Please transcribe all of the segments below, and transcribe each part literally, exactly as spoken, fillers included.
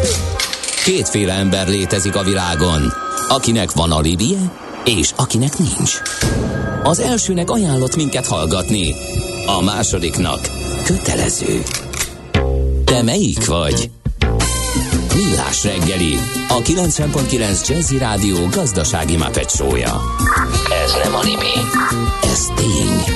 Kétféle ember létezik a világon, akinek van alibije, és akinek nincs. Az elsőnek ajánlott minket hallgatni, a másodiknak kötelező. Te melyik vagy? Millás reggeli, a kilencven pont kilenc Jazzy Rádió gazdasági Muppet show-ja. Ez nem anime, ez tény.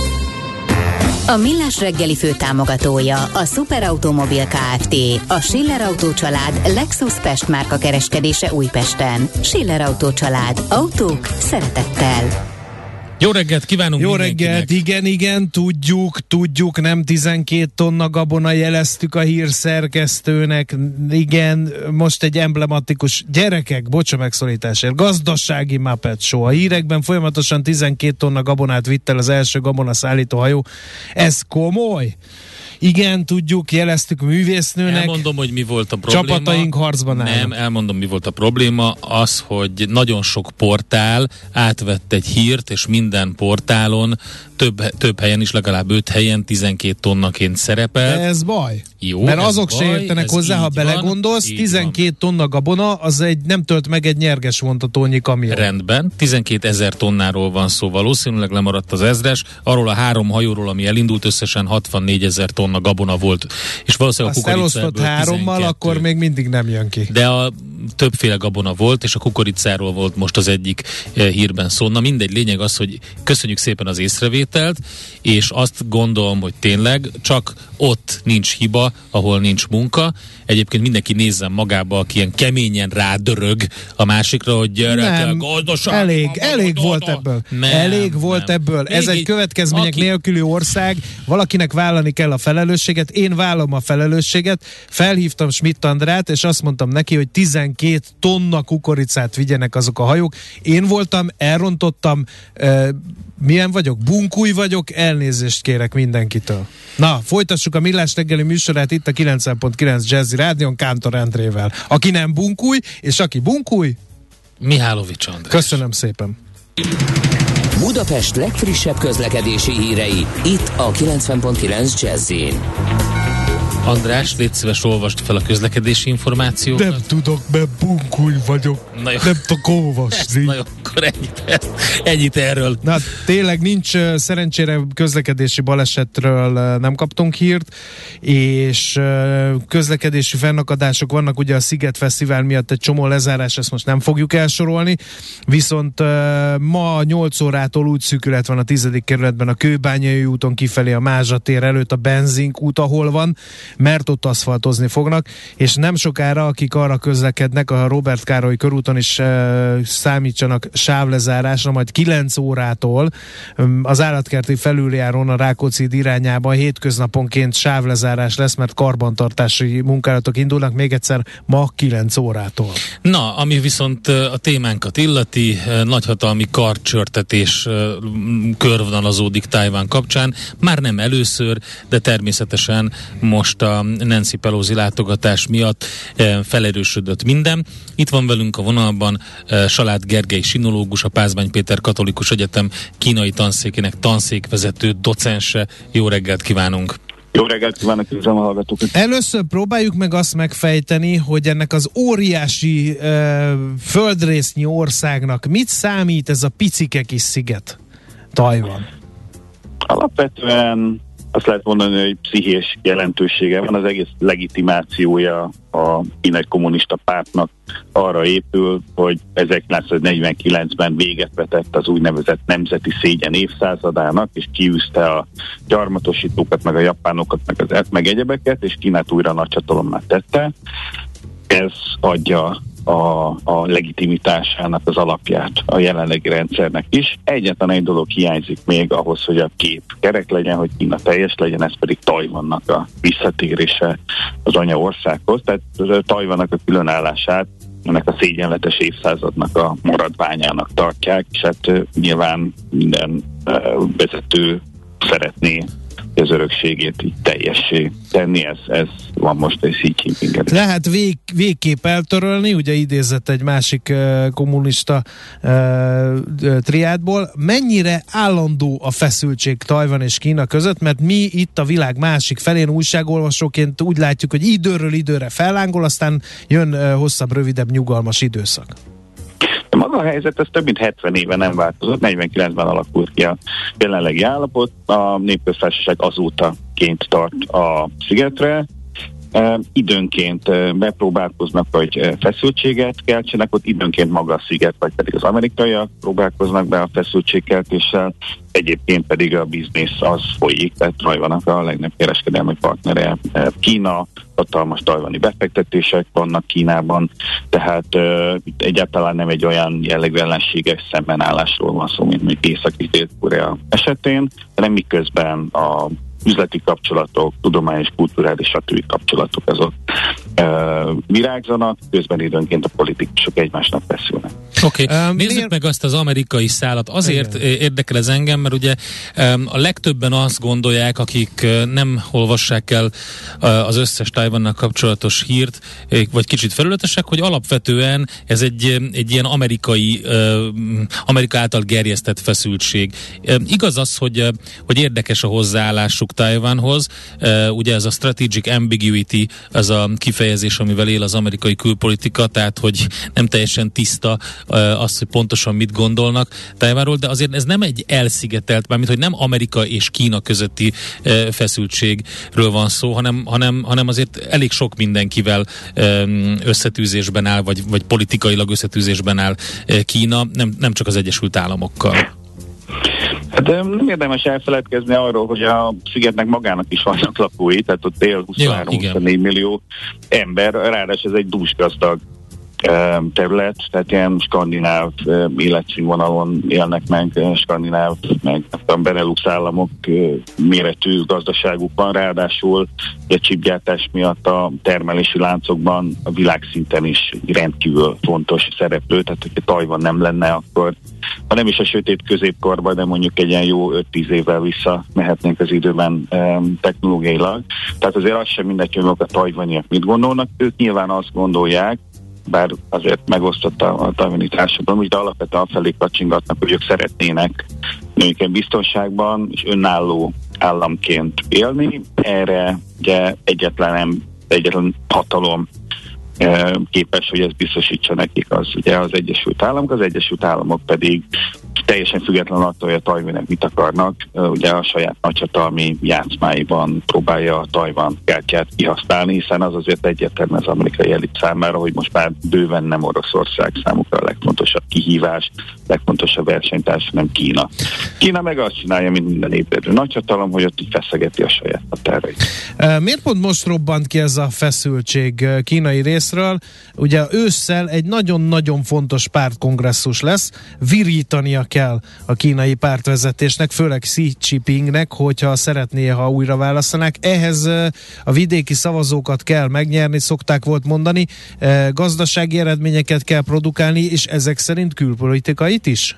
A Millás reggeli főtámogatója a Superautomobil Kft. A Schiller Autó család Lexus Pest márka kereskedése Újpesten. Schiller Autó család. Autók szeretettel. Jó reggelt kívánunk Jó mindenkinek. reggelt, igen, igen, tudjuk, tudjuk, nem tizenkét tonna gabona, jeleztük a hírszerkesztőnek, igen, most egy emblematikus, gyerekek, bocsa megszólításért, gazdasági Muppet show. A hírekben folyamatosan tizenkét tonna gabonát vitt el az első gabonaszállító hajó. Ez komoly? Igen, tudjuk, jeleztük művésznőnek. Elmondom, hogy mi volt a probléma. Csapataink harcban állnak. Nem, elmondom, mi volt a probléma. Az, hogy nagyon sok portál átvett egy hírt, és minden portálon több, több helyen is, legalább öt helyen tizenkét tonnaként szerepel. De ez baj. Jó, mert ez azok baj, se értenek hozzá, ha belegondolsz, van, tizenkét tonna gabona, az egy nem tölt meg egy nyerges vontatónyi kamion. Rendben, tizenkétezer tonnáról van szó, valószínűleg lemaradt az ezres, arról a három hajóról, ami elindult, összesen hatvannégyezer tonna gabona volt, és valószínűleg azt a kukorica elosztott hárommal, tizenkettő. akkor még mindig nem jön ki. De a többféle gabona volt, és a kukoricáról volt most az egyik e, hírben szó. Na mindegy, lényeg az, hogy köszönjük szépen az észrevételt, és azt gondolom, hogy tényleg csak ott nincs hiba, ahol nincs munka. Egyébként mindenki nézzen magába, aki ilyen keményen rádörög a másikra, hogy gyerekek, gazdaság. Elég, elég volt ebből. Nem, elég volt nem. ebből. Ez egy következmények aki... nélküli ország, valakinek vállalni kell a felelősséget. Én vállalom a felelősséget. Felhívtam Schmidt Andrát, és azt mondtam neki, hogy tizenkét tonna kukoricát vigyenek azok a hajók. Én voltam, elrontottam, uh, milyen vagyok? Bunkúj vagyok, elnézést kérek mindenkitől. Na, folytassuk a Millás reggeli műsorát itt a kilencven pont kilenc Jazzy Rádion Kántor Endrével. Aki nem bunkúj, és aki bunkúj, Mihálovics András. Köszönöm szépen. Budapest legfrissebb közlekedési hírei, itt a kilencven pont kilenc Jazzyn. András, légy szíves, olvasd fel a közlekedési információkat. Nem tudok, mert bunkúj vagyok. Nem tudok olvasni. Na jó, akkor ennyit, ennyit erről. Na, tényleg nincs, szerencsére közlekedési balesetről nem kaptunk hírt, és közlekedési fennakadások vannak, ugye a Sziget Fesztivál miatt egy csomó lezárás, ezt most nem fogjuk elsorolni, viszont ma nyolc órától úgy szűkület van a tizedik kerületben a Kőbányai úton kifelé a Mázsa tér előtt a Benzink út, ahol van, mert ott aszfaltozni fognak, és nem sokára, akik arra közlekednek, a Róbert Károly körúton is e, számítsanak sávlezárásra, majd kilenc órától az állatkerti felüljárón a Rákóczi irányában hétköznaponként sávlezárás lesz, mert karbantartási munkálatok indulnak, még egyszer ma kilenc órától. Na, ami viszont a témánkat illeti, nagyhatalmi karcsörtetés körvonalazódik Tajvan kapcsán, már nem először, de természetesen most a Nancy Pelosi látogatás miatt felerősödött minden. Itt van velünk a vonalban Salád Gergely sinológus, a Pázmány Péter Katolikus Egyetem kínai tanszékének tanszékvezető docense. Jó reggelt kívánunk! Jó reggelt kívánok, üdvözlöm a hallgatókat! Először próbáljuk meg azt megfejteni, hogy ennek az óriási uh, földrésznyi országnak mit számít ez a picike kis sziget, Tajvan? Alapvetően azt lehet mondani, hogy pszichés jelentősége van, az egész legitimációja a kínai kommunista pártnak arra épül, hogy ezerkilencszáznegyvenkilencben véget vetett az úgynevezett nemzeti szégyen évszázadának, és kiűzte a gyarmatosítókat, meg a japánokat, meg az et, meg egyebeket, és Kínát újra nagyhatalommal tette. Ez adja A, a legitimitásának az alapját a jelenlegi rendszernek is. Egyetlen egy dolog hiányzik még ahhoz, hogy a kép kerek legyen, hogy Kína teljes legyen, ez pedig Tajvannak a visszatérése az anyaországhoz. Tehát Tajvannak a különállását ennek a szégyenletes évszázadnak a maradványának tartják, és hát nyilván minden uh, vezető szeretné az örökségét így teljessé tenni, ez, ez van most egy Xi Jinping. Lehet vég, végképp eltörölni, ugye idézett egy másik uh, kommunista uh, triádból. Mennyire állandó a feszültség Tajvan és Kína között, mert mi itt a világ másik felén újságolvasóként úgy látjuk, hogy időről időre fellángol, aztán jön uh, hosszabb, rövidebb, nyugalmas időszak. De maga a helyzet, ez több mint hetven éve nem változott, negyvenkilencben alakult ki a jelenlegi állapot, a Népköztársaság azóta ként tart a szigetre, Uh, időnként uh, bepróbálkoznak, hogy uh, feszültséget keltsenek, ott időnként maga a sziget, vagy pedig az amerikaiak próbálkoznak be a feszültségkeltéssel, egyébként pedig a biznisz az folyik, tehát Tajvannak a legnagyobb kereskedelmi partnere uh, Kína, hatalmas tajvani befektetések vannak Kínában, tehát uh, egyáltalán nem egy olyan jellegű ellenséges szembenállásról van szó, mint még Észak- és Dél-Korea esetén, hanem miközben a üzleti kapcsolatok, tudományos, kulturális, stb. Kapcsolatok azok uh, virágzanak, közben időnként a politikusok egymásnak feszülnek. Oké, okay. Um, nézzük miért... meg azt az amerikai szálat. Azért Igen. érdekel ez engem, mert ugye um, a legtöbben azt gondolják, akik uh, nem olvassák el uh, az összes Tajvannal kapcsolatos hírt, uh, vagy kicsit felületesek, hogy alapvetően ez egy, egy ilyen amerikai, uh, Amerika által gerjesztett feszültség. Uh, igaz az, hogy, uh, hogy érdekes a hozzáállásuk Tajvanhoz. Uh, ugye ez a strategic ambiguity, az a kifejezés, amivel él az amerikai külpolitika, tehát hogy nem teljesen tiszta uh, az, hogy pontosan mit gondolnak Tajvanról, de azért ez nem egy elszigetelt, mármint, hogy nem Amerika és Kína közötti uh, feszültségről van szó, hanem, hanem, hanem azért elég sok mindenkivel um, összetűzésben áll, vagy, vagy politikailag összetűzésben áll uh, Kína, nem, nem csak az Egyesült Államokkal. Hát nem érdemes elfeledkezni arról, hogy a szigetnek magának is vannak lakói, tehát ott él huszonhárom-huszonnégy millió ember, ráadásul ez egy dúsgazdag terület, tehát ilyen skandináv életszínvonalon élnek meg, skandináv, meg a Benelux államok méretű gazdaságuk van, ráadásul a csipgyártás miatt a termelési láncokban a világszinten is rendkívül fontos szereplő, tehát hogyha Tajvan nem lenne, akkor ha nem is a sötét középkorban, de mondjuk egy ilyen jó öt-tíz évvel vissza mehetnénk az időben um, technológiailag. Tehát azért az sem mindegy, hogy a tajvaniak mit gondolnak, ők nyilván azt gondolják, bár azért megosztott a, a tajvani társadalom, hogy alapvetően afelé kacsingatnak, hogy ők szeretnének nőken biztonságban és önálló államként élni. Erre ugye egyetlen, nem, egyetlen hatalom e, képes, hogy ez biztosítsa nekik, az ugye az Egyesült Államok, az Egyesült Államok pedig teljesen független attól, hogy a tajvanek mit akarnak, ugye a saját nagyhatalmi játszmáiban próbálja a Tajvan kártyát kihasználni, hiszen az azért egyértelmű az amerikai elit számára, hogy most már bőven nem Oroszország számukra a legfontosabb kihívás, legfontosabb versenytárs, hanem Kína. Kína meg azt csinálja, mint minden ébredő nagyhatalom, hogy ott így feszegeti a saját határait. Miért pont most robbant ki ez a feszültség kínai részről? Ugye ősszel egy nagyon-nagyon fontos pártkongresszus lesz, virítania kell a kínai pártvezetésnek, főleg Xi Jinpingnek, hogyha szeretné, ha újra választanák. Ehhez a vidéki szavazókat kell megnyerni, szokták volt mondani, gazdasági eredményeket kell produkálni, és ezek szerint külpolitikait is?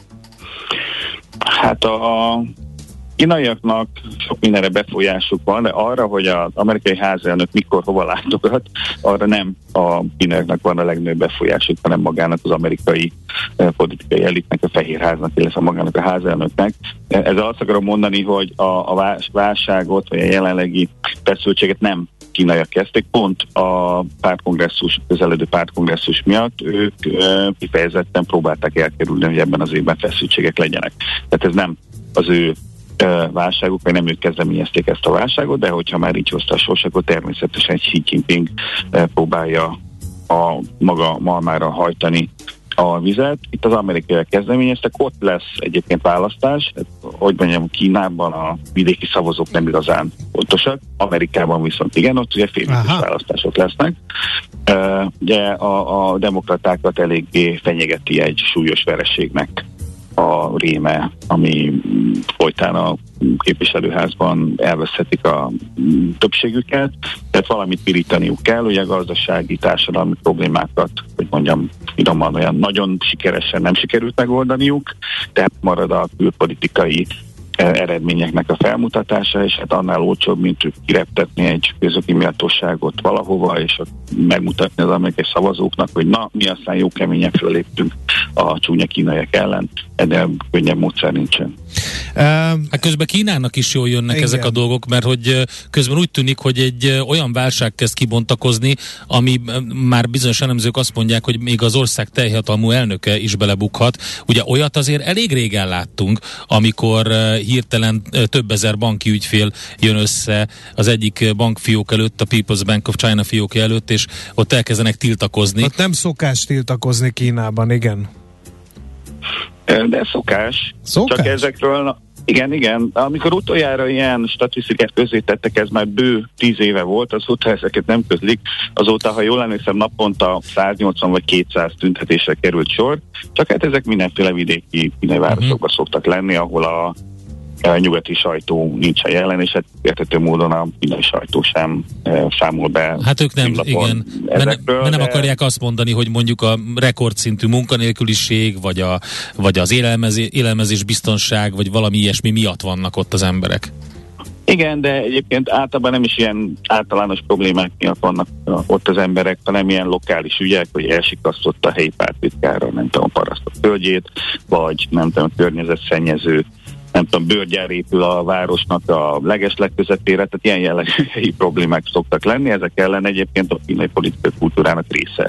Hát a, a kínaiaknak sok mindenre befolyásuk van, de arra, hogy az amerikai házelnök mikor hova látogat, arra nem a kínaiaknak van a legnagyobb befolyásuk, hanem magának az amerikai eh, politikai elitnek, a Fehérháznak, illetve magának a házelnöknek. Ezzel azt akarom mondani, hogy a, a válságot, vagy a jelenlegi feszültséget nem kínaiak kezdték, pont a pártkongresszus, közeledő pártkongresszus miatt ők eh, kifejezetten próbálták elkerülni, hogy ebben az évben feszültségek legyenek. Tehát ez nem az ő válságuk, vagy nem ők kezdeményezték ezt a válságot, de hogyha már így hozta a sors, akkor természetesen Xi Jinping próbálja a maga malmára hajtani a vizet. Itt az amerikaiak kezdeményeztek, ott lesz egyébként választás, hogy mondjam, Kínában a vidéki szavazók nem igazán fontosak, Amerikában viszont igen, ott ugye félidős választások lesznek. Uh, ugye a, a demokratákat eléggé fenyegeti egy súlyos vereségnek a réme, ami folytán a képviselőházban elveszhetik a többségüket, tehát valamit pirítaniuk kell, ugye a gazdasági, társadalmi problémákat, hogy mondjam, finoman olyan nagyon sikeresen nem sikerült megoldaniuk, tehát marad a külpolitikai eredményeknek a felmutatása, és hát annál olcsóbb, mint kireptetni egy közöki méltóságot valahova, és megmutatni az amerikai szavazóknak, hogy na, mi aztán jó keményen föléptünk a csúnya kínaiak ellen. Ennél könnyebb módszer nincsen. Hát közben Kínának is jól jönnek igen. ezek a dolgok, mert hogy közben úgy tűnik, hogy egy olyan válság kezd kibontakozni, ami már bizonyos elemzők azt mondják, hogy még az ország teljhatalmú elnöke is belebukhat. Ugye olyat azért elég régen láttunk, amikor hirtelen több ezer banki ügyfél jön össze az egyik bankfiók előtt, a People's Bank of China fiókja előtt, és ott elkezdenek tiltakozni. Ott nem szokás tiltakozni Kínában, igen. De szokás. Szokás? Csak ezekről, igen, igen. Amikor utoljára ilyen statisztikát közzétettek, ez már bő tíz éve volt, azóta ezeket nem közlik. Azóta, ha jól emlékszem, naponta száznyolcvan vagy kétszáz tüntetésre került sor, csak hát ezek mindenféle vidéki kínai városokban uh-huh. szoktak lenni, ahol a a nyugati sajtó nincsen jelen, és hát érthető módon a kínai sajtó sem e, számol be. Hát ők nem, igen. Mert nem de... akarják azt mondani, hogy mondjuk a rekordszintű munkanélküliség, vagy, a, vagy az élelmezés, élelmezés biztonság, vagy valami ilyesmi miatt vannak ott az emberek. Igen, de egyébként általában nem is ilyen általános problémák miatt vannak ott az emberek, hanem ilyen lokális ügyek, hogy elsikasztott a helyi pártitkára, nem tudom, a parasztok földjét, vagy nem tudom, a környezetszennyező, nem tudom, bőrgyár épül a városnak a legeslegközepére, tehát ilyen jellegű helyi problémák szoktak lenni, ezek ellen egyébként a kínai politikai kultúrának része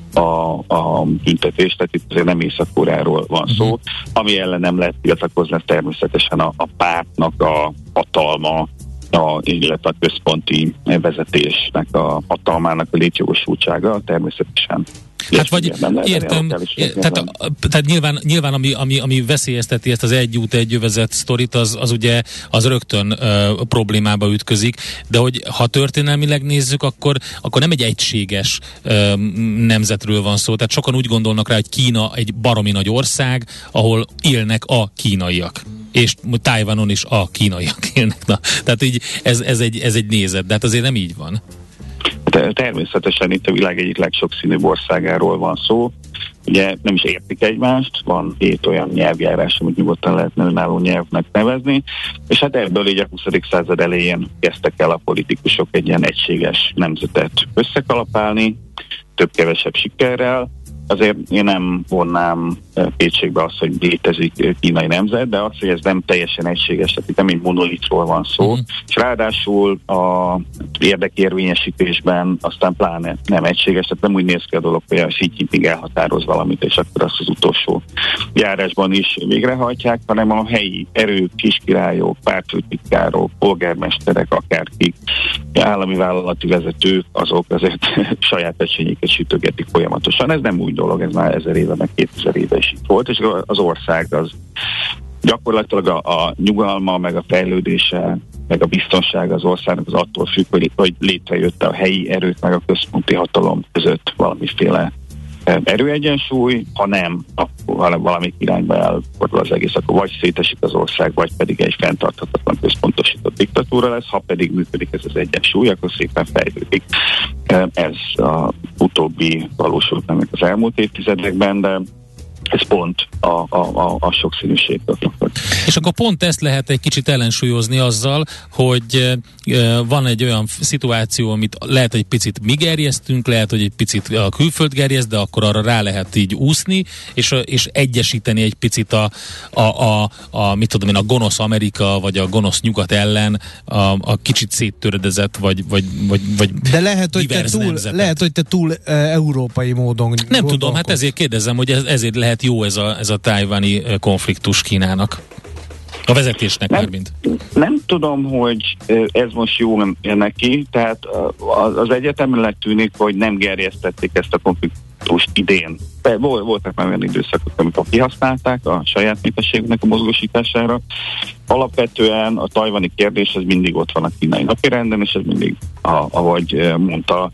a, a tüntetés, tehát itt azért nem Észak-Koreáról van szó. Uh-huh. Ami ellen nem lehet tiltakozni, természetesen a, a pártnak a hatalma, a, illetve a központi vezetésnek a hatalmának a létjogosultsága, természetesen. Hát vagy értem, tehát, tehát nyilván, nyilván ami, ami, ami veszélyezteti ezt az egy út, egy övezet sztorit, az, az ugye az rögtön uh, problémába ütközik, de hogy ha történelmileg nézzük, akkor, akkor nem egy egységes uh, nemzetről van szó, tehát sokan úgy gondolnak rá, hogy Kína egy baromi nagy ország, ahol élnek a kínaiak. És Tajvanon is a kínaiak élnek. Na, tehát így ez, ez, egy, ez egy nézet, de hát azért nem így van. Természetesen itt a világ egyik legsokszínűbb országáról van szó. Ugye nem is értik egymást, van hét olyan nyelvjárás, amit nyugodtan lehetne önálló nyelvnek nevezni, és hát ebből így a huszadik század elején kezdtek el a politikusok egy ilyen egységes nemzetet összekalapálni, több-kevesebb sikerrel. Azért én nem vonnám kétségbe azt, hogy létezik kínai nemzet, de az, hogy ez nem teljesen egységes, tehát itt nem egy monolitról van szó, mm. és ráadásul a érdekérvényesítésben aztán pláne nem egységes, tehát nem úgy néz ki a dolog, hogy a Xi Jinping elhatároz valamit, és akkor azt az utolsó járásban is végrehajtják, hanem a helyi erők, kiskirályok, pártfőtitkárok, polgármesterek, akárkik, állami vállalati vezetők, azok azért saját pecsenyéket sütögetik folyamatosan. Ez nem úgy dolog, ez már ezer éve, meg kétezer éve is itt volt, és az ország az gyakorlatilag a, a nyugalma, meg a fejlődése, meg a biztonság az országnak az attól függ, hogy, hogy létrejött a helyi erők, meg a központi hatalom között valamiféle erőegyensúly, ha nem, akkor valamik irányba elfordul az egész, akkor vagy szétesik az ország, vagy pedig egy fenntarthatatlan központosított diktatúra lesz, ha pedig működik ez az egyensúly, akkor szépen fejlődik. Ez a utóbbi valósult nem az elmúlt évtizedekben, de ez pont a, a, a, a sokszínűséget. És akkor pont ezt lehet egy kicsit ellensúlyozni azzal, hogy e, van egy olyan szituáció, amit lehet, hogy egy picit mi gerjesztünk, lehet, hogy egy picit a külföld gerjeszt, de akkor arra rá lehet így úszni, és, és egyesíteni egy picit a, a, a, a, mit tudom én, a gonosz Amerika, vagy a gonosz nyugat ellen a, a kicsit széttöredezett, vagy, vagy, vagy, vagy de lehet, hogy te túl, lehet, hogy te túl e, európai módon nem gondolkod. Tudom, hát ezért kérdezem, hogy ez, ezért lehet jó ez a, ez a tájvani konfliktus Kínának. A vezetésnek nem, már mind. Nem tudom, hogy ez most jó neki, tehát az egyetemnek tűnik, hogy nem gerjesztették ezt a konfliktust idén. Voltak már olyan időszakok, amikor kihasználták a saját népességnek a mozgósítására. Alapvetően a tajvani kérdés az mindig ott van a kínai napirenden, és ez mindig, ahogy mondta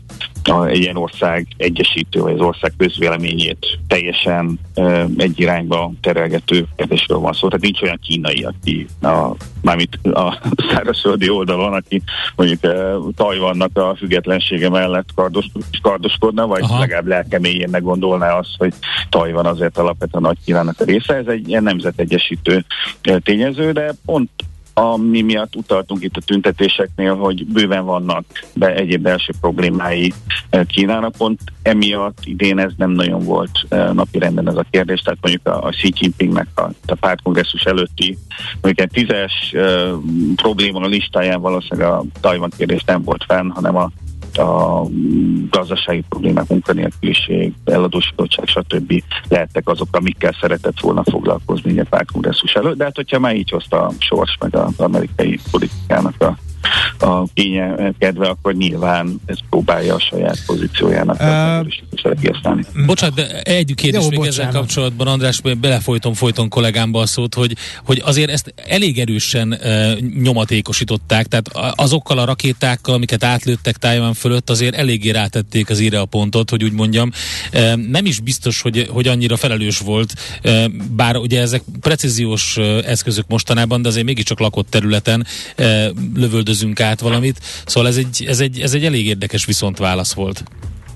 a, egy ilyen ország egyesítő, vagy az ország közvéleményét teljesen uh, egy irányba terelgető kérdésről van szó. Tehát nincs olyan kínai, aki a, mármint a szárazföldi oldalon, aki mondjuk uh, Tajvannak a függetlensége mellett kardos, kardoskodna, vagy Aha. legalább lelkemélyén ne gondolná azt, hogy Tajvan azért alapvetően Nagy Kínának a része. Ez egy ilyen nemzetegyesítő uh, tényező, de pont ami miatt utaltunk itt a tüntetéseknél, hogy bőven vannak be egyéb belső problémái Kínának, pont emiatt idén ez nem nagyon volt napirenden ez a kérdés, tehát mondjuk a, a Xi Jinpingnek a, a pártkongresszus előtti mondjuk egy tízes uh, probléma a listáján valószínűleg a Tajvan kérdés nem volt fenn, hanem a a gazdasági problémák, munkanélküliség, eladósodottság, stb. Lehettek azok, amikkel szeretett volna foglalkozni a pártkongresszus előtt, de hát hogyha már így hozta a sors meg az amerikai politikának a a kénye kedve, akkor nyilván ez próbálja a saját pozíciójának uh, kihasználni. Bocsánat, de egy kérdés még ezzel kapcsolatban, András, belefolytom folyton kollégámba a szót, hogy, hogy azért ezt elég erősen uh, nyomatékosították, tehát azokkal a rakétákkal, amiket átlőttek Tajvan fölött, azért eléggé rátették az íre a pontot, hogy úgy mondjam. Uh, nem is biztos, hogy, hogy annyira felelős volt, uh, bár ugye ezek precíziós uh, eszközök mostanában, de azért mégiscsak lakott területen uh, lövöldöző át valamit, szóval ez egy, ez egy, ez egy elég érdekes viszontválasz volt.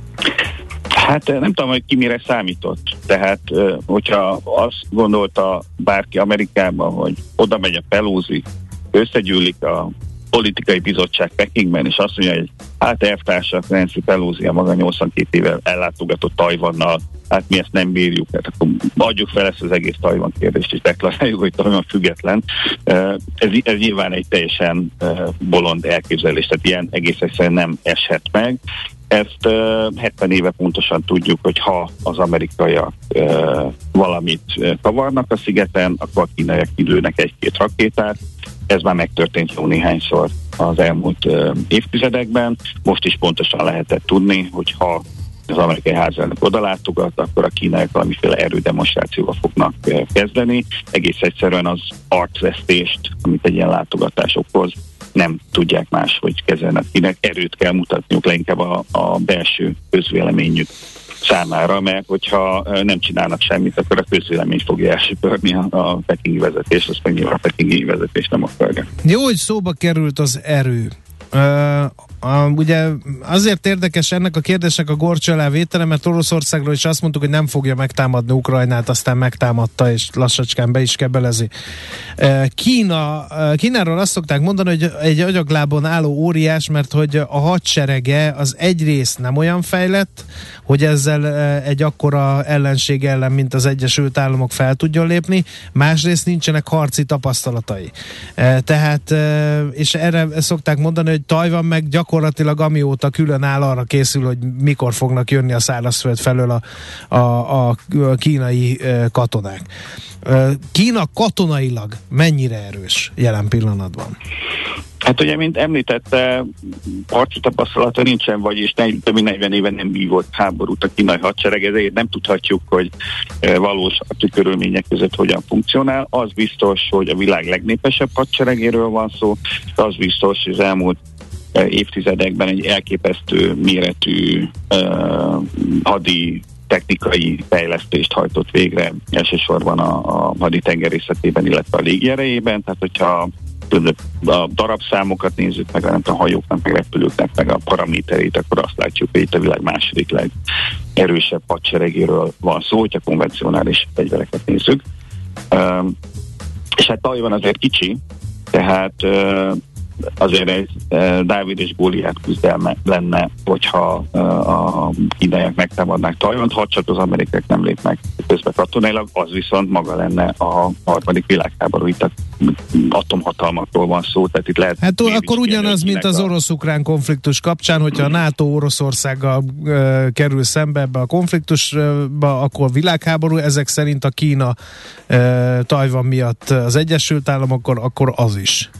Hát nem tudom, hogy ki mire számított. Tehát, hogyha azt gondolta bárki Amerikában, hogy oda megy a Pelosi, összegyűlik a politikai bizottság Pekingben, és azt mondja, hogy hát elvtársak, Nancy Pelosi a maga nyolcvankét éve ellátogatott Tajvannal, hát mi ezt nem bírjuk, hát akkor adjuk fel ezt az egész Tajvan kérdést, és deklaráljuk, hogy Tajvan független. Ez, ez nyilván egy teljesen bolond elképzelés, tehát ilyen egész egyszerűen nem eshet meg. Ezt hetven éve pontosan tudjuk, hogy ha az amerikaiak valamit kavarnak a szigeten, akkor a kínaiak kilőnek egy-két rakétát. Ez már megtörtént jó néhányszor az elmúlt uh, évtizedekben. Most is pontosan lehetett tudni, hogy ha az amerikai házelnök odalátogat, akkor a kínaiak valamiféle erődemonstrációval fognak uh, kezdeni. Egész egyszerűen az arcvesztést, amit egy ilyen látogatás okoz, nem tudják máshogy kezelni. Kinek erőt kell mutatniuk leginkább a, a belső közvéleményük számára, mert hogyha nem csinálnak semmit, akkor a közvélemény fogja elsöpörni a, a pekingi vezetést, azt meg nyilván a pekingi vezetés nem akarja. Jó, hogy szóba került az erő. Uh, uh, ugye azért érdekes ennek a kérdésnek a górcső alá vétele, mert Oroszországról is azt mondtuk, hogy nem fogja megtámadni Ukrajnát, aztán megtámadta, és lassacskán be is kebelezi. Uh, Kína, uh, Kínáról azt szokták mondani, hogy egy agyaglábon álló óriás, mert hogy a hadserege az egyrészt nem olyan fejlett, hogy ezzel uh, egy akkora ellenség ellen, mint az Egyesült Államok fel tudjon lépni, másrészt nincsenek harci tapasztalatai. Uh, tehát, uh, és erre szokták mondani, hogy Tajvan meg gyakorlatilag amióta külön áll, arra készül, hogy mikor fognak jönni a szárazföld felől a, a, a kínai katonák. Kína katonailag mennyire erős jelen pillanatban? Hát ugye, mint említette, harci tapasztalata nincsen, vagyis több mint negyven éve nem vívott háborút a kínai hadsereg, ezért nem tudhatjuk, hogy valós körülmények között hogyan funkcionál. Az biztos, hogy a világ legnépesebb hadseregéről van szó, az biztos, hogy az elmúlt évtizedekben egy elképesztő méretű uh, hadi technikai fejlesztést hajtott végre, elsősorban a, a haditengerészetében, illetve a légierejében, tehát hogyha a darabszámokat nézzük meg, nem a hajóknak, meg repülőknek, meg a paraméterét, akkor azt látjuk, hogy itt a világ második legerősebb hadseregéről van szó, hogyha konvencionális fegyvereket nézzük. Uh, és hát Tajvan azért kicsi, tehát uh, azért egy uh, Dávid és Góliát küzdelme lenne, hogyha uh, a kínaiak megtámadnák Tajvant, ha csak az amerikaiak nem lépnek közbe katonailag, az viszont maga lenne a harmadik világháború, itt a atomhatalmakról van szó, tehát itt lehet... Hát akkor ugyanaz, mint az orosz-ukrán konfliktus kapcsán, hogyha a NATO Oroszországgal uh, kerül szembe ebbe a konfliktusba, akkor világháború, ezek szerint a Kína uh, Tajvan miatt az Egyesült Államokkor, akkor az is.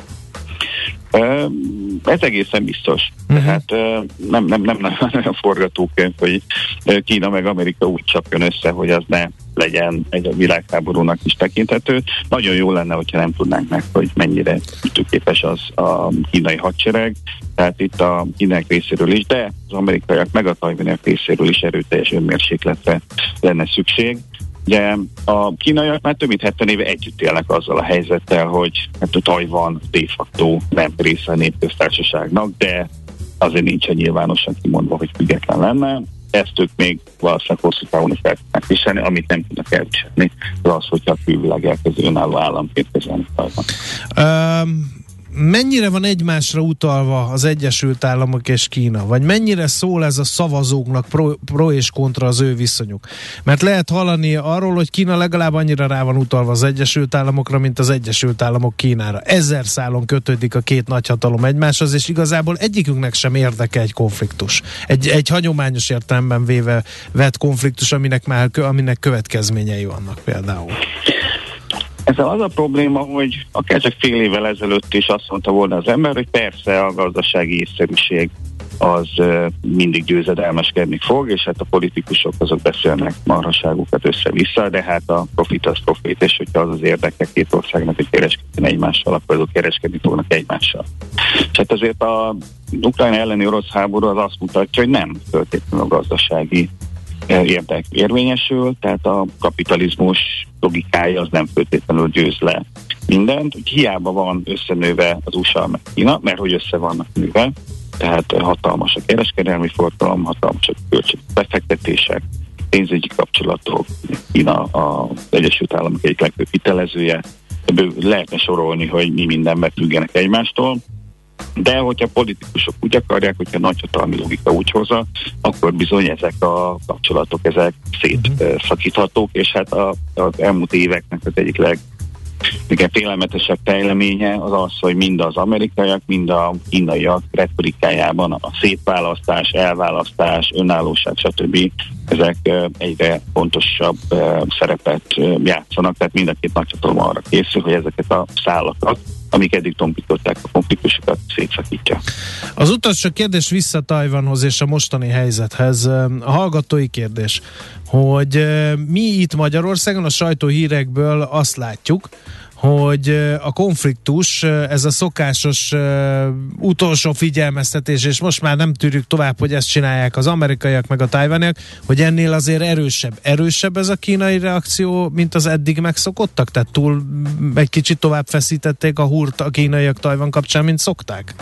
Ez egészen biztos. Uh-huh. Tehát nem, nem, nem nagyon forgatókönyv, hogy Kína meg Amerika úgy csapjon össze, hogy az ne legyen egy világháborúnak is tekinthető. Nagyon jó lenne, hogyha nem tudnánk meg, hogy mennyire ütőképes az a kínai hadsereg, tehát itt a kínaiak részéről is, de az amerikaiak meg a tajvaniak részéről is erőteljes önmérsékletre lenne szükség. Ugye a kínaiak már több mint hetven éve együtt élnek azzal a helyzettel, hogy hát a Tajvan de facto nem része a népköztársaságnak, de azért nincsen nyilvánosan kimondva, hogy független lenne. Ezt ők még valószínűleg hosszú távon is el tudnak viselni, amit nem tudnak elviselni, az az, hogyha a külvilág elkezdő önálló államként kezelni Tajvan. Um... Mennyire van egymásra utalva az Egyesült Államok és Kína? Vagy mennyire szól ez a szavazóknak pro, pro és kontra az ő viszonyuk? Mert lehet hallani arról, hogy Kína legalább annyira rá van utalva az Egyesült Államokra, mint az Egyesült Államok Kínára. Ezer szálon kötődik a két nagyhatalom egymáshoz, és igazából egyikünknek sem érdeke egy konfliktus. Egy, egy hagyományos értelemben véve vett konfliktus, aminek már aminek következményei vannak például. Ezzel az a probléma, hogy akár csak fél évvel ezelőtt is azt mondta volna az ember, hogy persze a gazdasági észszerűség az mindig győzedelmeskedni fog, és hát a politikusok azok beszélnek marhaságukat össze-vissza, de hát a profit az profit, és hogyha az az érdeke két országnak, hogy kereskedni egymással, akkor azok kereskedni fognak egymással. És hát azért a Ukrajna elleni orosz háború az azt mutatja, hogy nem feltétlenül a gazdasági érdek érvényesül, tehát a kapitalizmus logikája az nem feltétlenül győz le mindent, hogy hiába van összenőve az u es á meg Kína, mert hogy össze vannak nőve, tehát hatalmas a kereskedelmi forgalom, hatalmas a kölcsönös befektetések, pénzügyi kapcsolatok, Kína az Egyesült Államok egyik legfőbb hitelezője, ebből lehetne sorolni, hogy mi mindenben függenek egymástól, de hogyha politikusok úgy akarják, hogyha nagyhatalmi logika úgy hozza, akkor bizony ezek a kapcsolatok, ezek szétszakíthatók, és hát a, az elmúlt éveknek az egyik leg igen, félelmetesebb fejleménye az az, hogy mind az amerikaiak, mind a kínaiak retorikájában a szétválasztás, elválasztás, önállóság, stb. Ezek egyre fontosabb szerepet játszanak, tehát mind a két nagyhatalom arra készül, hogy ezeket a szálakat, amik eddig tompították a konfliktusokat, szétszakítja. Az utolsó kérdés vissza Tajvanhoz és a mostani helyzethez. A hallgatói kérdés, hogy mi itt Magyarországon a sajtóhírekből azt látjuk, hogy a konfliktus, ez a szokásos uh, utolsó figyelmeztetés, és most már nem tűrjük tovább, hogy ezt csinálják az amerikaiak meg a tajvaniak, hogy ennél azért erősebb. Erősebb ez a kínai reakció, mint az eddig megszokottak? Tehát túl egy kicsit tovább feszítették a húrt a kínaiak Tajvan kapcsán, mint szokták?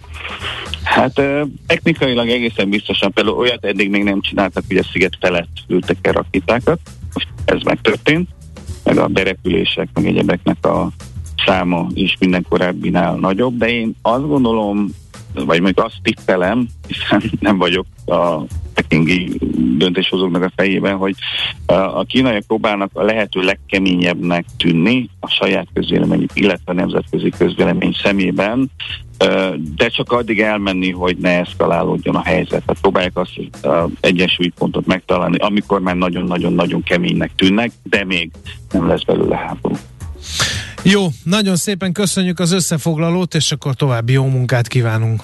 Hát uh, technikailag egészen biztosan, például olyat eddig még nem csináltak, hogy a sziget felett ültek el rakétákat. Most ez megtörtént, meg a berepülések, meg egyebeknek a száma is minden korábbinál nagyobb, de én azt gondolom, vagy még azt tippelem, hiszen nem vagyok a pekingi döntéshozóknak a fejében, hogy a kínaiak próbálnak a lehető legkeményebbnek tűnni a saját közvéleményük, illetve a nemzetközi közvélemény szemében, de csak addig elmenni, hogy ne eszkalálódjon a helyzet. Tehát próbálják azt az egyensúlypontot megtalálni, amikor már nagyon-nagyon-nagyon keménynek tűnnek, de még nem lesz belőle háború. Jó, nagyon szépen köszönjük az összefoglalót, és akkor további jó munkát kívánunk.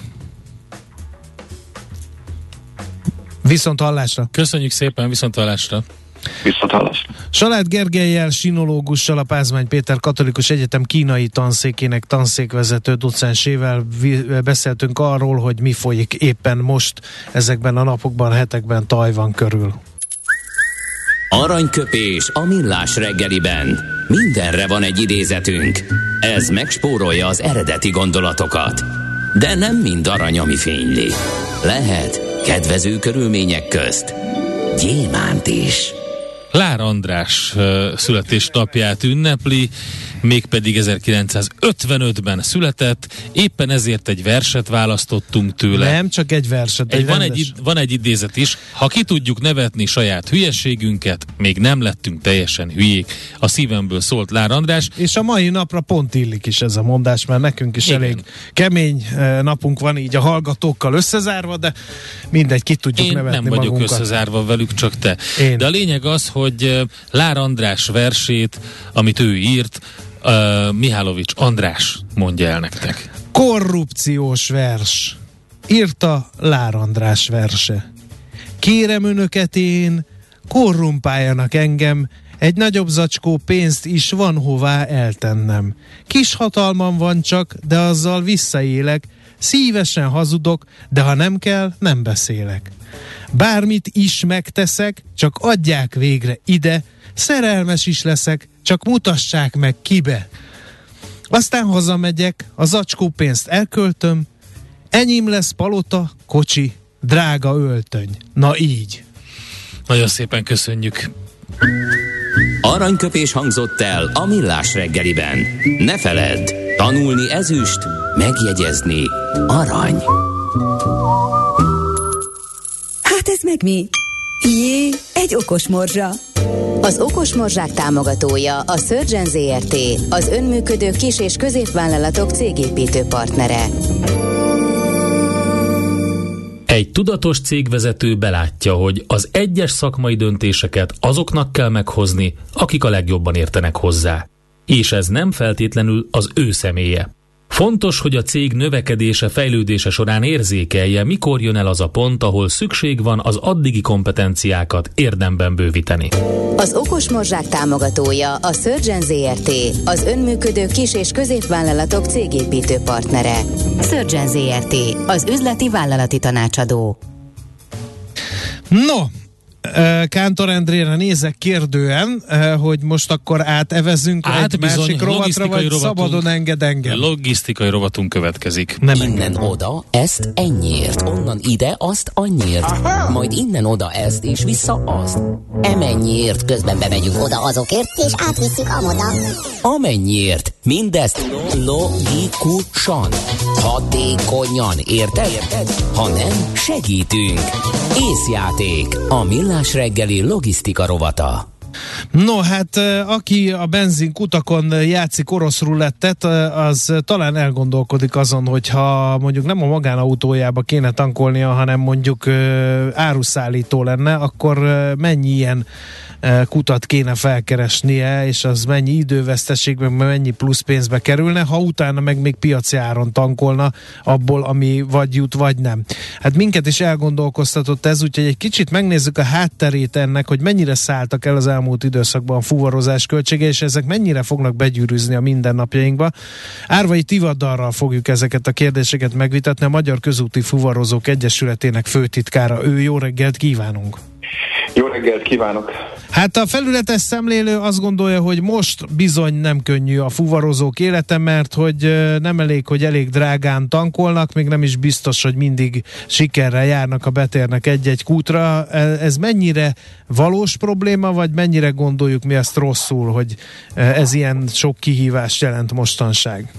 Viszont hallásra. Köszönjük szépen, viszont hallásra. Viszont hallásra. Salád Gergellyel, sinológussal, a Pázmány Péter Katolikus Egyetem kínai tanszékének tanszékvezető docensével beszéltünk arról, hogy mi folyik éppen most ezekben a napokban, hetekben Tajvan körül. Aranyköpés a millás reggeliben. Mindenre van egy idézetünk. Ez megspórolja az eredeti gondolatokat. De nem mind arany, ami fényli. Lehet kedvező körülmények közt gyémánt is. Lár András uh, születésnapját ünnepli, mégpedig ezerkilencszázötvenötben született, éppen ezért egy verset választottunk tőle. Nem csak egy verset, egy, egy van, egy, van egy idézet is, ha ki tudjuk nevetni saját hülyeségünket, még nem lettünk teljesen hülyék. A szívemből szólt Lár András. És a mai napra pont illik is ez a mondás, mert nekünk is Igen. elég kemény napunk van így a hallgatókkal összezárva, de mindegy, ki tudjuk Én nevetni nem vagyok magunkat. összezárva velük, csak te. Én. De a lényeg az, hogy Lár András versét, amit ő írt, Uh, Mihálovics András mondja el nektek. Korrupciós vers. Írta Lár András verse. Kérem önöket én, korrumpáljanak engem, egy nagyobb zacskó pénzt is van hová eltennem. Kis hatalmam van csak, de azzal visszaélek, szívesen hazudok, de ha nem kell, nem beszélek. Bármit is megteszek, csak adják végre ide, szerelmes is leszek, csak mutassák meg kibe. Aztán hazamegyek, a zacskó pénzt elköltöm, enyém lesz palota, kocsi, drága öltöny. Na így. Nagyon szépen köszönjük. Aranyköpés hangzott el a Millás reggeliben. Ne feledd, tanulni ezüst, megjegyezni arany. Hát ez meg mi? Jé, egy okos morzsa. Az Okos Morzsák támogatója a Surgeon zé er té, az önműködő kis- és középvállalatok cégépítő partnere. Egy tudatos cégvezető belátja, hogy az egyes szakmai döntéseket azoknak kell meghozni, akik a legjobban értenek hozzá. És ez nem feltétlenül az ő személye. Fontos, hogy a cég növekedése, fejlődése során érzékelje, mikor jön el az a pont, ahol szükség van az addigi kompetenciákat érdemben bővíteni. Az Okos Morzsák támogatója a Surgeon zé er té, az önműködő kis- és középvállalatok cégépítő partnere. Surgeon zé er té, az üzleti vállalati tanácsadó. No, Kántor Endrére nézek kérdően, hogy most akkor átevezünk hát egy bizony, másik rovatra, vagy rovatunk, szabadon enged engem? Logisztikai rovatunk következik. Nem Innen engem. oda, ezt ennyiért, onnan ide, azt annyiért, aha, majd innen oda ezt, és vissza azt. Emennyiért, közben bemegyünk oda azokért, és átvisszük amoda. amennyiért. Mindezt logikusan, hatékonyan, érted? Érted? Ha nem, segítünk. Észjáték, a Millás reggeli logisztika rovata. No, hát aki a benzinkutakon játszik orosz rulettet, az talán elgondolkodik azon, hogyha mondjuk nem a magánautójába kéne tankolnia, hanem mondjuk áruszállító lenne, akkor mennyi ilyen kutat kéne felkeresnie, és az mennyi időveszteség, meg mennyi plusz pénzbe kerülne, ha utána meg még piaci áron tankolna abból, ami vagy jut, vagy nem. Hát minket is elgondolkoztatott ez, úgyhogy egy kicsit megnézzük a hátterét ennek, hogy mennyire szálltak el az elmúlt időszakban a fuvarozás költsége, és ezek mennyire fognak begyűrűzni a mindennapjainkba. Árvai Tivadarral fogjuk ezeket a kérdéseket megvitatni, a Magyar Közúti Fuvarozók Egyesületének főtitkára. Ő, jó reggelt kívánunk! Jó reggelt kívánok! Hát a felületes szemlélő azt gondolja, hogy most bizony nem könnyű a fuvarozók élete, mert hogy nem elég, hogy elég drágán tankolnak, még nem is biztos, hogy mindig sikerrel járnak, a betérnek egy-egy kútra. Ez mennyire valós probléma, vagy mennyire gondoljuk mi ezt rosszul, hogy ez ilyen sok kihívást jelent mostanság?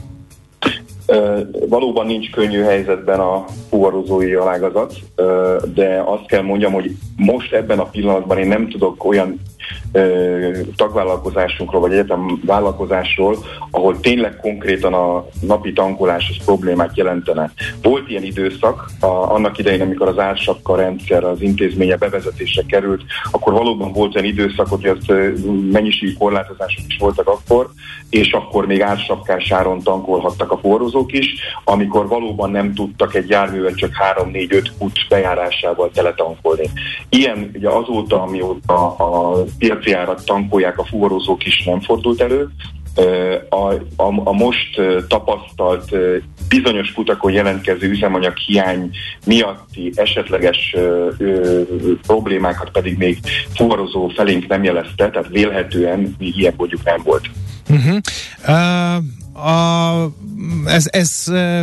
Valóban nincs könnyű helyzetben a fuvarozói alágazat, de azt kell mondjam, hogy most ebben a pillanatban én nem tudok olyan tagvállalkozásunkról, vagy egyetem vállalkozásról, ahol tényleg konkrétan a napi tankolás az problémát jelentene. Volt ilyen időszak, a, annak idején, amikor az ársapka rendszer az intézménye bevezetésre került, akkor valóban volt olyan időszak, hogy az mennyiségi korlátozások is voltak akkor, és akkor még ársapkás áron tankolhattak a fuvarozók is, amikor valóban nem tudtak egy járművet csak három-négy-öt kút bejárásával teletankolni. Ilyen ugye azóta, amióta a piaci árat tankolják a fuvarozók is nem fordult elő. A, a, a most tapasztalt bizonyos kutakon jelentkező üzemanyag hiány miatti esetleges ö, ö, problémákat pedig még fuvarozó felénk nem jelezte, tehát vélhetően ilyen mondjuk nem volt. Uh-huh. Uh, a, ez, ez uh...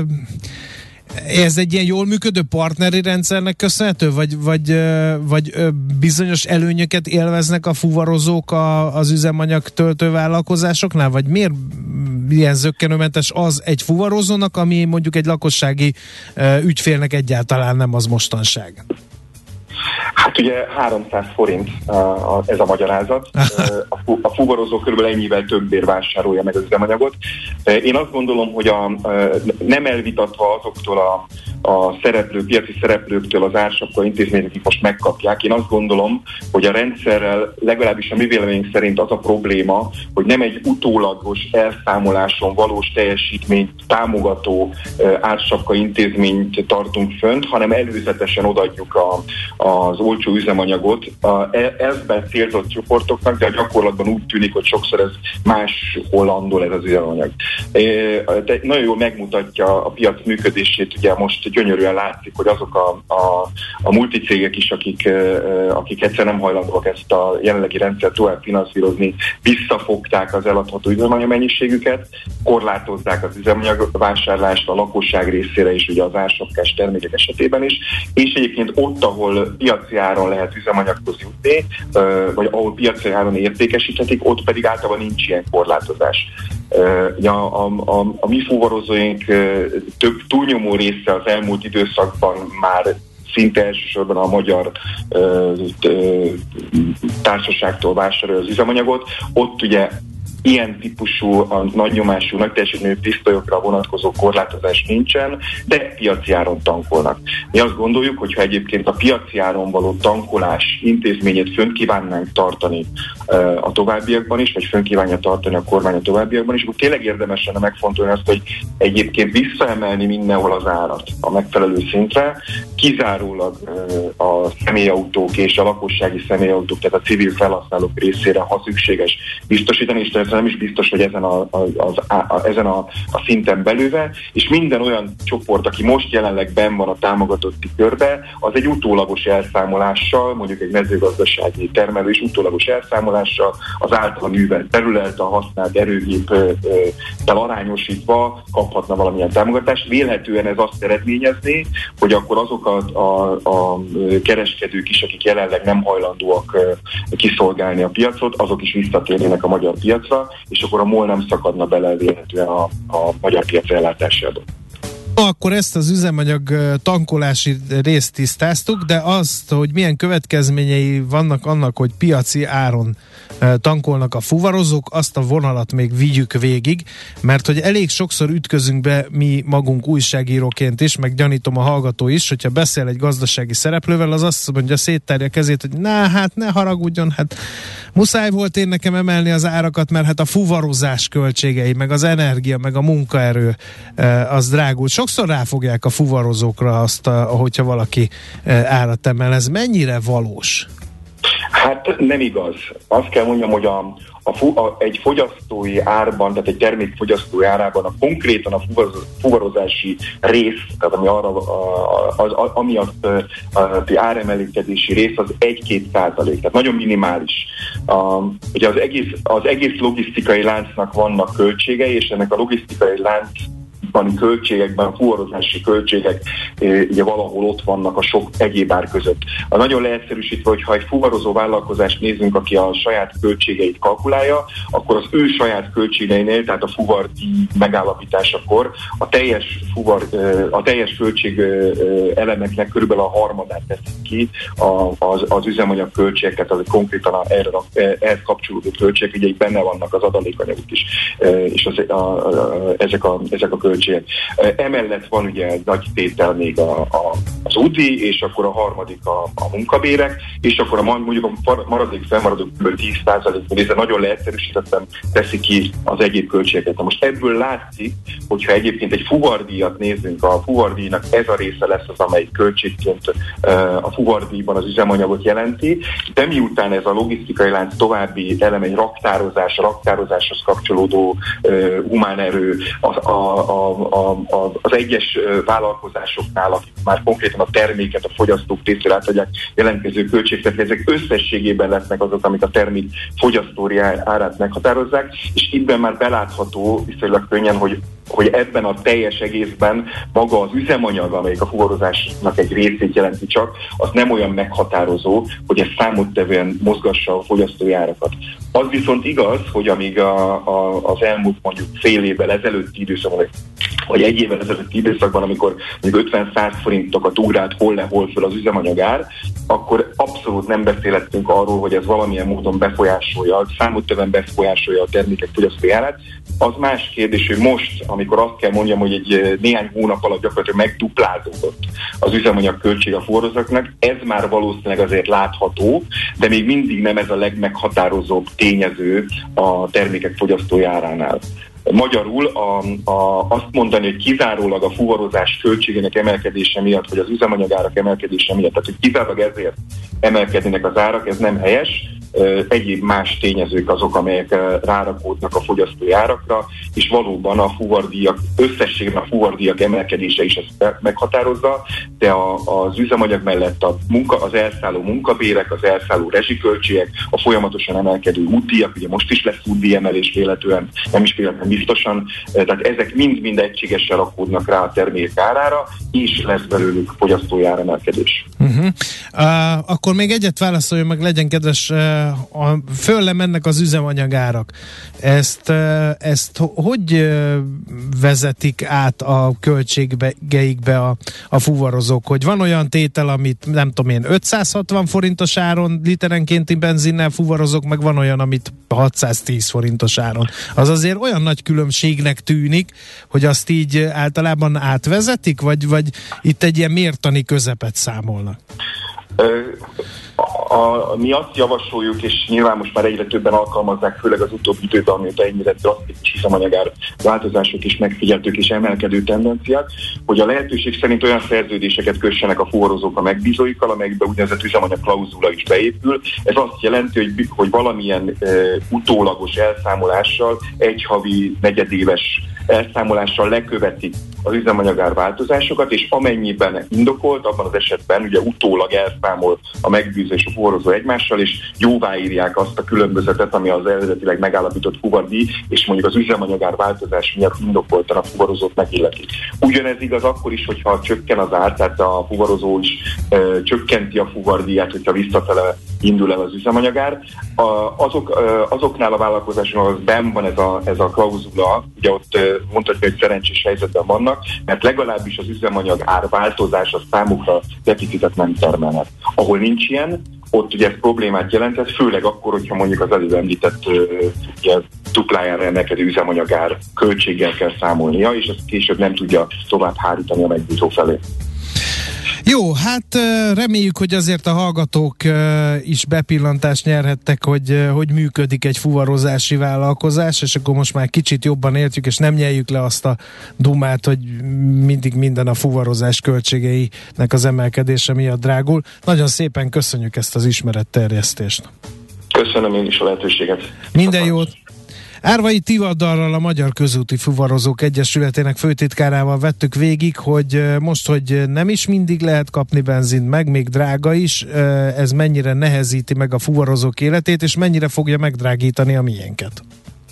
Ez egy ilyen jól működő partneri rendszernek köszönhető, vagy, vagy, vagy bizonyos előnyöket élveznek a fuvarozók a, az üzemanyag töltővállalkozásoknál, vagy miért ilyen zökkenőmentes az egy fuvarozónak, ami mondjuk egy lakossági ügyfélnek egyáltalán nem az mostanság? Hát ugye háromszáz forint ez a magyarázat. A fuvarozó körülbelül ennyivel többért vásárolja meg az üzemanyagot. Én azt gondolom, hogy a, nem elvitatva azoktól a, a szereplő, piaci szereplőktől az ársapka intézmények, akik most megkapják, én azt gondolom, hogy a rendszerrel legalábbis a mi véleményünk szerint az a probléma, hogy nem egy utólagos elszámoláson valós teljesítményt támogató ársapka intézményt tartunk fönt, hanem előzetesen odaadjuk a, a az olcsó üzemanyagot ezben célzott csoportoknak, de a gyakorlatban úgy tűnik, hogy sokszor ez máshol landol ez az üzemanyag. De nagyon jól megmutatja a piac működését, ugye most gyönyörűen látszik, hogy azok a, a, a multicégek is, akik, akik egyszer nem hajlandóak ezt a jelenlegi rendszert tovább finanszírozni, visszafogták az eladható üzemanyag mennyiségüket, korlátozzák az üzemanyag vásárlást a lakosság részére is, ugye az ársapkás termékek esetében is, és egyébként ott, ahol piaci áron lehet üzemanyaghoz jutni, vagy ahol piaci áron értékesíthetik, ott pedig általában nincs ilyen korlátozás. Ja, a, a, a mi fuvarozóink több túlnyomó része az elmúlt időszakban már szinte elsősorban a magyar ö, ö, társaságtól vásárolja az üzemanyagot. Ott ugye ilyen típusú, a nagy nyomású, nagy teljesítményű pisztolyokra vonatkozó korlátozás nincsen, de piaci áron tankolnak. Mi azt gondoljuk, hogy ha egyébként a piaci áron való tankolás intézményét fönn kívánnánk tartani uh, a továbbiakban is, vagy fönn kívánja tartani a kormány a továbbiakban is, akkor tényleg érdemes lenne megfontolni azt, hogy egyébként visszaemelni mindenhol az árat a megfelelő szintre, kizárólag uh, a személyautók és a lakossági személyautók, tehát a civil felhasználók részére, ha szükséges, biztosítani, és nem is biztos, hogy ezen a, a, az, a, ezen a, a szinten belőve, és minden olyan csoport, aki most jelenleg benn van a támogatotti körbe, az egy utólagos elszámolással, mondjuk egy mezőgazdasági termelő is utólagos elszámolással az általa művelt terület, a használt erőgéppel arányosítva kaphatna valamilyen támogatást. Vélhetően ez azt eredményezné, hogy akkor azok a, a, a kereskedők is, akik jelenleg nem hajlandóak kiszolgálni a piacot, azok is visszatérnének a magyar piacra, és akkor a MOL nem szakadna bele vélhetően a, a magyar piac ellátásába. Akkor ezt az üzemanyag tankolási részt tisztáztuk, de azt, hogy milyen következményei vannak annak, hogy piaci áron tankolnak a fuvarozók, azt a vonalat még vigyük végig, mert hogy elég sokszor ütközünk be mi magunk újságíróként is, meg gyanítom a hallgató is, hogyha beszél egy gazdasági szereplővel, az azt mondja, széttárja a kezét, hogy na hát ne haragudjon, hát muszáj volt én nekem emelni az árakat, mert hát a fuvarozás költségei, meg az energia, meg a munkaerő az drágul. Sokszor ráfogják a fuvarozókra azt, hogyha valaki árat emel. Ez mennyire valós? Hát nem igaz. Azt kell mondjam, hogy a, a, fu, a, egy fogyasztói árban, tehát egy termék fogyasztói árában a konkrétan a fuvarozási rész, tehát ami, arra, a, a, a, ami az áremelkedési rész, az egy-két százalék, tehát nagyon minimális. A, ugye az egész, az egész logisztikai láncnak vannak költségei, és ennek a logisztikai lánc költségekben, a fuvarozási költségek ugye valahol ott vannak a sok egyéb ár között. A nagyon leegyszerűsítve, hogyha egy fuvarozó vállalkozást nézünk, aki a saját költségeit kalkulálja, akkor az ő saját költségeinél, tehát a fuvardíj megállapításakor a teljes, fuvar, a teljes költség elemeknek körülbelül a harmadát teszik ki az, az üzemanyag költségeket, az konkrétan a, ehhez kapcsolódó költségek, ugye itt benne vannak az adalékanyagok is, és az, a, a, ezek, a, ezek a költségek. Emellett van ugye egy nagy tétel még a, a, az u dé i, és akkor a harmadik a, a munkabérek, és akkor a, mondjuk a maradék felmaradó kb. tíz százalékban, ez nagyon leegyszerűsítettem, teszi ki az egyéb költségeket. Na most ebből látszik, hogyha egyébként egy fuvardíjat nézzünk, a fuvardíjnak ez a része lesz az, amelyik költségként a fuvardíjban az üzemanyagot jelenti, de miután ez a logisztikai lánc további eleme, egy raktározás, a raktározáshoz kapcsolódó humán erő, a, a A, a, a, az egyes vállalkozásoknál, akik már konkrétan a terméket a fogyasztók részére átadják jelentkező költségeket, ezek összességében lesznek azok, amik a termék fogyasztói árát meghatározzák, és ibben már belátható viszonylag könnyen, hogy hogy ebben a teljes egészben maga az üzemanyag, amelyik a fuvarozásnak egy részét jelenti csak, az nem olyan meghatározó, hogy ez számottevően mozgassa a fogyasztói árakat. Az viszont igaz, hogy amíg a, a, az elmúlt mondjuk fél évvel ezelőtti időszakban, vagy egy évvel ezelőtti időszakban, amikor mondjuk ötven-száz forintokat ugrált hol le, hol föl az üzemanyagár, akkor abszolút nem beszélhettünk arról, hogy ez valamilyen módon befolyásolja, számottevően befolyásolja a termékek fogyasztói árát. Az más kérdés, hogy most, amikor azt kell mondjam, hogy egy néhány hónap alatt gyakorlatilag megduplázódott az üzemanyag költség a fuvarozóknak, ez már valószínűleg azért látható, de még mindig nem ez a legmeghatározóbb tényező a termékek fogyasztói áránál. Magyarul a, a, azt mondani, hogy kizárólag a fuvarozás költségének emelkedése miatt, vagy az üzemanyagárak emelkedése miatt, tehát hogy kizárólag ezért emelkednek az árak, ez nem helyes. Egyéb más tényezők azok, amelyek rárakódnak a fogyasztói árakra, és valóban a fuvardíjak, összességben a fuvardíjak emelkedése is ezt meghatározza, de a, az üzemanyag mellett a munka, az elszálló munkabérek, az elszálló rezsiköltségek, a folyamatosan emelkedő útdíjak, ugye most is lesz útdíjemelés véletlenül, nem is véletlenül biztosan, tehát ezek mind-mind egységesen rakódnak rá a termék árára, és lesz belőlük fogyasztói áremelkedés. Uh-huh. Uh, akkor még egyet válaszoljon meg, legyen kedves, uh, a, fölle mennek az üzemanyagárak. Ezt, uh, ezt hogy uh, vezetik át a költségeikbe a, a fuvarozók? Hogy van olyan tétel, amit nem tudom én, ötszázhatvan forintos áron literenkénti benzinnel fuvarozok, meg van olyan, amit hatszáztíz forintos áron. Az azért olyan nagy különbségnek tűnik, hogy azt így általában átvezetik, vagy, vagy itt egy ilyen mértani közepet számolnak? A, a, mi azt javasoljuk, és nyilván most már egyre többen alkalmazzák, főleg az utóbbi időben, amióta ennyire drasztikus üzemanyagár változások is megfigyeltük és emelkedő tendenciák, hogy a lehetőség szerint olyan szerződéseket kössenek a fuvarozók a megbízóikkal, amelyekbe úgynevezett üzemanyag klauzula is beépül. Ez azt jelenti, hogy, hogy valamilyen e, utólagos elszámolással, egy havi, negyedéves elszámolással lekövetik az üzemanyagár változásokat, és amennyiben indokolt, abban az esetben ugye utólag elszámol a megbízó és a fuvarozó egymással, és jóváírják azt a különbözetet, ami az eredetileg megállapított fuvardíj, és mondjuk az üzemanyagár változás miatt indokoltan a fuvarozót megilleti. Ugyanez igaz akkor is, hogyha csökken az ár, tehát a fuvarozó is ö, csökkenti a fuvardíját, hogyha visszafele indul el az üzemanyagár. A, azok, ö, azoknál a vállalkozásoknál az benn van ez a, ez a klauzula, ugye ott ö, mondhatja, hogy szerencsés helyzetben vannak, mert legalábbis az üzemanyag árváltozás a számukra deficitet nem termelhet. Ahol nincs ilyen, ott ugye ez problémát jelentett, főleg akkor, hogyha mondjuk az előbb említett ugye, duplájára emelkedő üzemanyagár költséggel kell számolnia, és ezt később nem tudja tovább hárítani a megbízó felé. Jó, hát reméljük, hogy azért a hallgatók is bepillantást nyerhettek, hogy hogy működik egy fuvarozási vállalkozás, és akkor most már kicsit jobban értjük, és nem nyeljük le azt a dumát, hogy mindig minden a fuvarozás költségeinek az emelkedése miatt drágul. Nagyon szépen köszönjük ezt az ismeretterjesztést. Köszönöm én is a lehetőséget. Minden jót! Árvai Tivadarral, a Magyar Közúti Fuvarozók Egyesületének főtitkárával vettük végig, hogy most, hogy nem is mindig lehet kapni benzint, meg még drága is, ez mennyire nehezíti meg a fuvarozók életét, és mennyire fogja megdrágítani a miénket.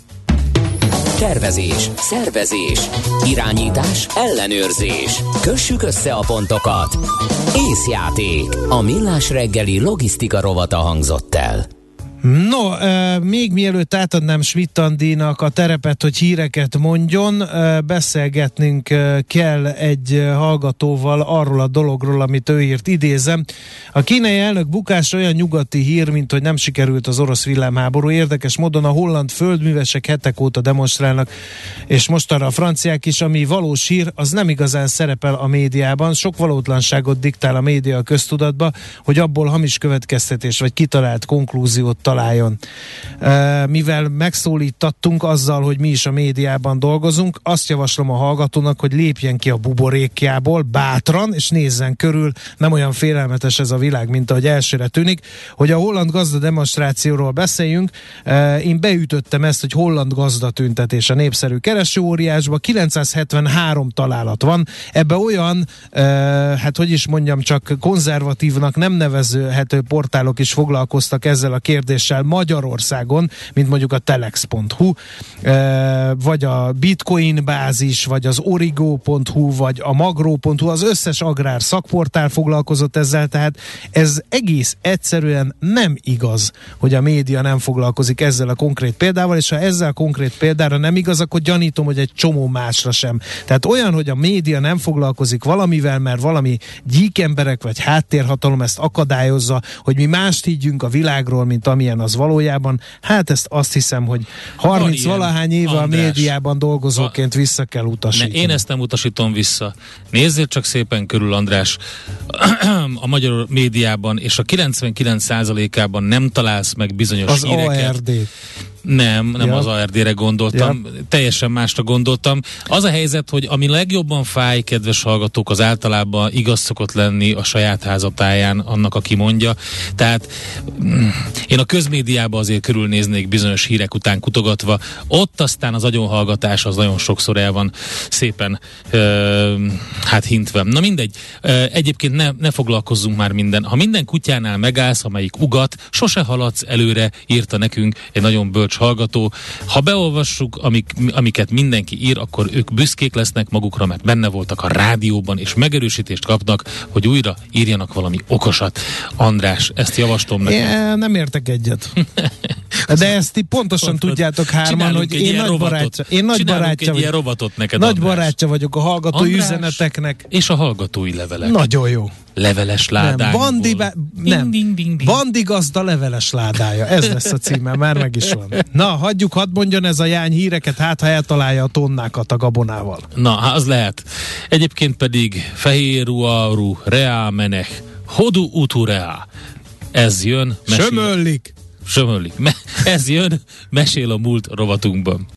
Tervezés, szervezés, irányítás, ellenőrzés. Kössük össze a pontokat. Észjáték. A Millás reggeli logisztika rovata hangzott el. No, euh, még mielőtt átadnám Schmidt Andinak a terepet, hogy híreket mondjon, euh, beszélgetnünk euh, kell egy euh, hallgatóval arról a dologról, amit ő írt, idézem. A kínai elnök bukása olyan nyugati hír, mint hogy nem sikerült az orosz villámháború. Érdekes módon a holland földművesek hetek óta demonstrálnak, és mostanra a franciák is, ami valós hír, az nem igazán szerepel a médiában. Sok valótlanságot diktál a média a köztudatba, hogy abból hamis következtetés vagy kitalált konklúziót találjon. Mivel megszólítattunk azzal, hogy mi is a médiában dolgozunk, azt javaslom a hallgatónak, hogy lépjen ki a buborékjából bátran, és nézzen körül. Nem olyan félelmetes ez a világ, mint ahogy elsőre tűnik. Hogy a holland gazda demonstrációról beszéljünk, én beütöttem ezt, hogy holland gazda tüntetés a népszerű keresőóriásba. kilencszázhetvenhárom találat van. Ebbe olyan, hát hogy is mondjam, csak konzervatívnak nem nevezhető portálok is foglalkoztak ezzel a kérdéssel Magyarországon, mint mondjuk a telex pont hu, vagy a Bitcoin bázis, vagy az origo pont hu, vagy a magro pont hu, az összes agrár szakportál foglalkozott ezzel, tehát ez egész egyszerűen nem igaz, hogy a média nem foglalkozik ezzel a konkrét példával, és ha ezzel a konkrét példára nem igaz, akkor gyanítom, hogy egy csomó másra sem. Tehát olyan, hogy a média nem foglalkozik valamivel, mert valami gyíkemberek vagy háttérhatalom ezt akadályozza, hogy mi mást higgyünk a világról, mint amilyen az valójában. Hát ezt azt hiszem, hogy harminc-valahány éve a médiában dolgozóként vissza kell utasítani. Ne, én ezt nem utasítom vissza. Nézzél csak szépen körül, András, a magyar médiában, és a kilencvenkilenc százalékában nem találsz meg bizonyos az híreket. á er dé. Nem, nem ja. az á er dé-re gondoltam, ja. teljesen másra gondoltam. Az a helyzet, hogy ami legjobban fáj, kedves hallgatók, az általában igaz szokott lenni a saját házatáján annak, aki mondja. Tehát én a közmédiában azért körülnéznék bizonyos hírek után kutogatva, ott aztán az agyonhallgatás az nagyon sokszor el van szépen ö, hát hintve. Na mindegy, ö, egyébként ne, ne foglalkozzunk már minden. Ha minden kutyánál megállsz, amelyik ugat, sose haladsz előre, írta nekünk egy nagyon bölcs hallgató. Ha beolvassuk, amik, amiket mindenki ír, akkor ők büszkék lesznek magukra, mert benne voltak a rádióban, és megerősítést kapnak, hogy újra írjanak valami okosat. András, ezt javaslom neked. É, nem értek egyet. De ezt ti pontosan Pontot. tudjátok hárman, hogy én nagy barátja, én nagy barátja, egy ilyen rovatot neked, nagy András. barátja vagyok a hallgatói András üzeneteknek. És a hallgatói levelek. Nagyon jó. Leveles ládánkból. Nem, Bandi, be, nem. Ding, ding, ding. Bandi gazda leveles ládája. Ez lesz a címe, már meg is van. Na, hagyjuk, hadd mondjon ez a Jány híreket, hát ha eltalálja a tonnákat a gabonával. Na, az lehet. Egyébként pedig Fehéruaru Rea Menech Hodu Utu Rea. Ez jön. Mesél... Sömöllik. Sömöllik. Me- ez jön, mesél a múlt rovatunkban.